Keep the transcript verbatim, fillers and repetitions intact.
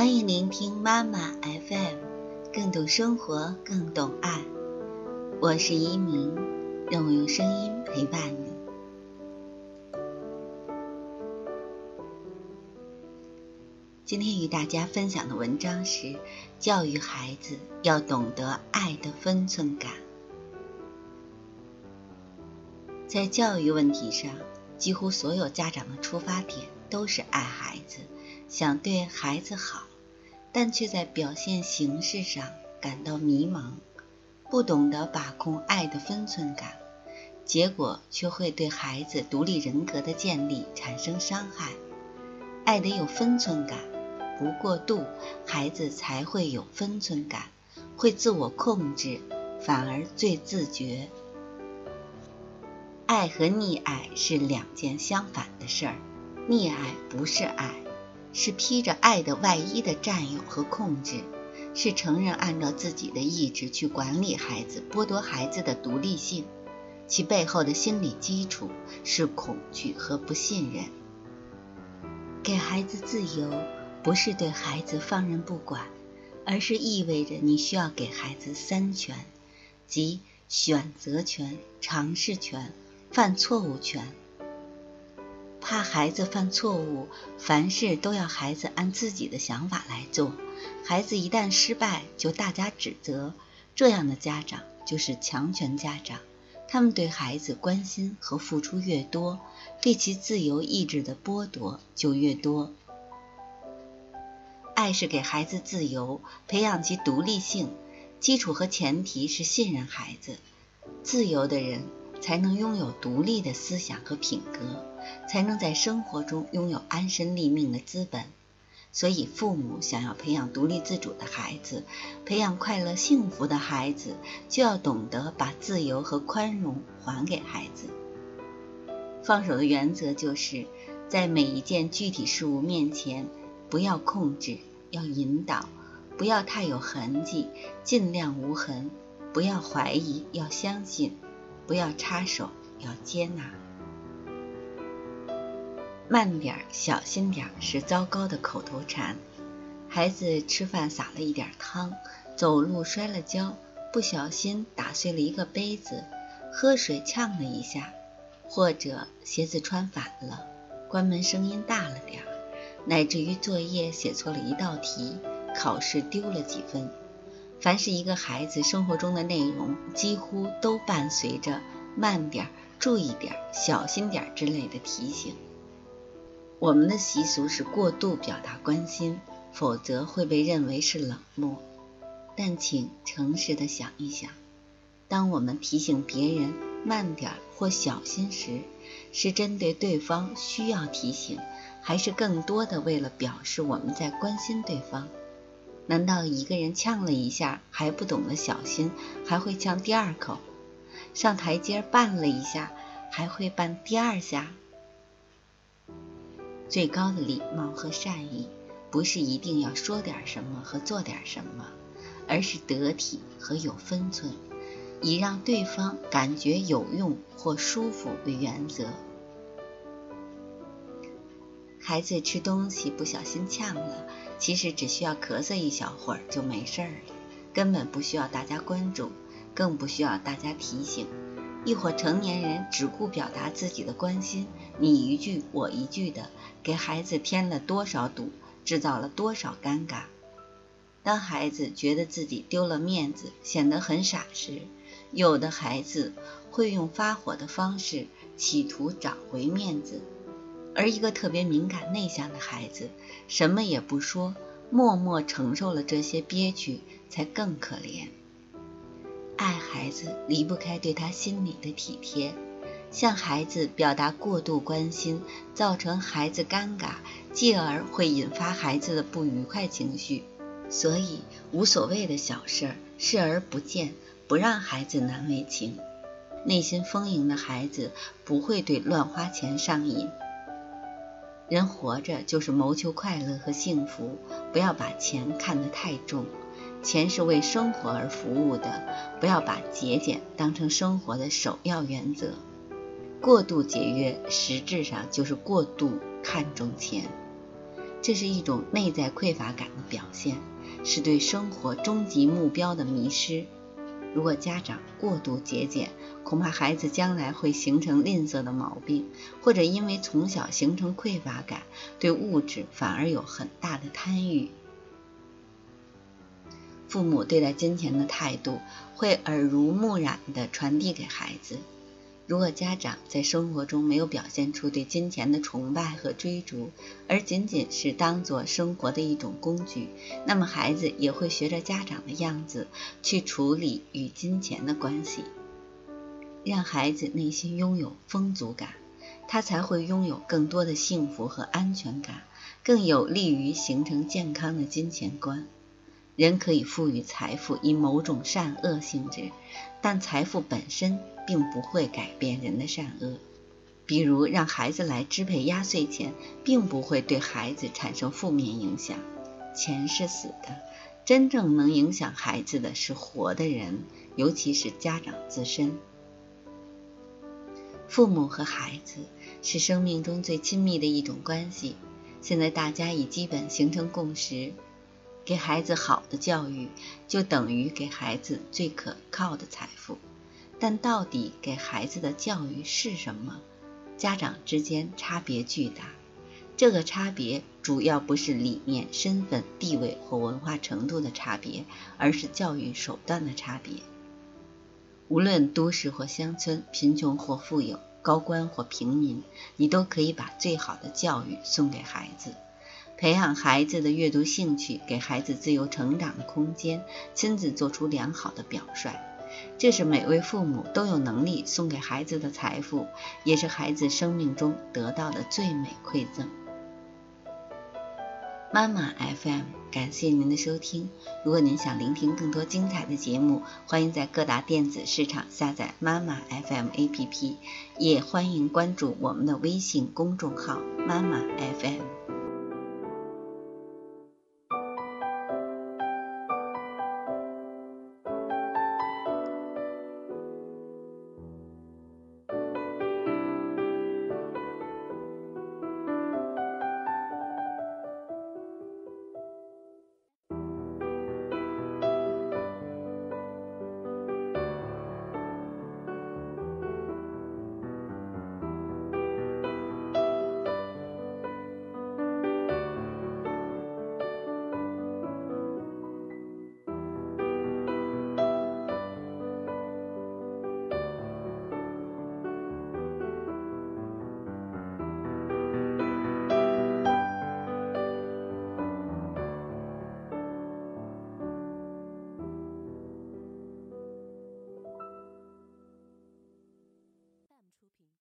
欢迎聆听妈妈 F M， 更懂生活，更懂爱。我是一鸣，让我用声音陪伴你。今天与大家分享的文章是：教育孩子要懂得爱的分寸感。在教育问题上，几乎所有家长的出发点都是爱孩子，想对孩子好，但却在表现形式上感到迷茫，不懂得把控爱的分寸感，结果却会对孩子独立人格的建立产生伤害。爱得有分寸感，不过度，孩子才会有分寸感，会自我控制，反而最自觉。爱和溺爱是两件相反的事儿，溺爱不是爱，是披着爱的外衣的占有和控制，是承认按照自己的意志去管理孩子，剥夺孩子的独立性，其背后的心理基础是恐惧和不信任。给孩子自由，不是对孩子放任不管，而是意味着你需要给孩子三权，即选择权、尝试权、犯错误权。怕孩子犯错误，凡事都要孩子按自己的想法来做，孩子一旦失败就大加指责，这样的家长就是强权家长，他们对孩子关心和付出越多，对其自由意志的剥夺就越多。爱是给孩子自由，培养其独立性，基础和前提是信任孩子。自由的人才能拥有独立的思想和品格，才能在生活中拥有安身立命的资本。所以父母想要培养独立自主的孩子，培养快乐幸福的孩子，就要懂得把自由和宽容还给孩子。放手的原则就是在每一件具体事物面前，不要控制，要引导，不要太有痕迹，尽量无痕，不要怀疑，要相信，不要插手，要接纳。慢点，小心点是糟糕的口头禅。孩子吃饭洒了一点汤，走路摔了跤，不小心打碎了一个杯子，喝水呛了一下，或者鞋子穿反了，关门声音大了点，乃至于作业写错了一道题，考试丢了几分。凡是一个孩子生活中的内容，几乎都伴随着慢点、注意点、小心点之类的提醒。我们的习俗是过度表达关心，否则会被认为是冷漠。但请诚实地想一想，当我们提醒别人慢点或小心时，是针对对方需要提醒，还是更多的为了表示我们在关心对方？难道一个人呛了一下还不懂得小心，还会呛第二口？上台阶绊了一下，还会绊第二下？最高的礼貌和善意，不是一定要说点什么和做点什么，而是得体和有分寸，以让对方感觉有用或舒服为原则。孩子吃东西不小心呛了，其实只需要咳嗽一小会儿就没事了，根本不需要大家关注，更不需要大家提醒。一伙成年人只顾表达自己的关心，你一句我一句的，给孩子添了多少堵，制造了多少尴尬。当孩子觉得自己丢了面子，显得很傻时，有的孩子会用发火的方式企图找回面子，而一个特别敏感内向的孩子，什么也不说，默默承受了这些憋屈，才更可怜。爱孩子离不开对他心里的体贴，向孩子表达过度关心，造成孩子尴尬，继而会引发孩子的不愉快情绪。所以无所谓的小事，视而不见，不让孩子难为情。内心丰盈的孩子不会对乱花钱上瘾。人活着就是谋求快乐和幸福，不要把钱看得太重。钱是为生活而服务的，不要把节俭当成生活的首要原则。过度节约实质上就是过度看重钱。 这是一种内在匮乏感的表现，是对生活终极目标的迷失。如果家长过度节俭，恐怕孩子将来会形成吝啬的毛病，或者因为从小形成匮乏感，对物质反而有很大的贪欲。父母对待金钱的态度会耳濡目染地传递给孩子。如果家长在生活中没有表现出对金钱的崇拜和追逐，而仅仅是当作生活的一种工具，那么孩子也会学着家长的样子去处理与金钱的关系。让孩子内心拥有丰足感，他才会拥有更多的幸福和安全感，更有利于形成健康的金钱观。人可以赋予财富以某种善恶性质，但财富本身并不会改变人的善恶。比如让孩子来支配压岁钱，并不会对孩子产生负面影响。钱是死的，真正能影响孩子的是活的人，尤其是家长自身。父母和孩子是生命中最亲密的一种关系，现在大家已基本形成共识，给孩子好的教育就等于给孩子最可靠的财富。但到底给孩子的教育是什么？家长之间差别巨大，这个差别主要不是理念、身份、地位或文化程度的差别，而是教育手段的差别。无论都市或乡村，贫穷或富有，高官或平民，你都可以把最好的教育送给孩子，培养孩子的阅读兴趣，给孩子自由成长的空间，亲自做出良好的表率。这是每位父母都有能力送给孩子的财富，也是孩子生命中得到的最美馈赠。妈妈 F M， 感谢您的收听。如果您想聆听更多精彩的节目，欢迎在各大电子市场下载妈妈 F M A P P， 也欢迎关注我们的微信公众号妈妈 F M。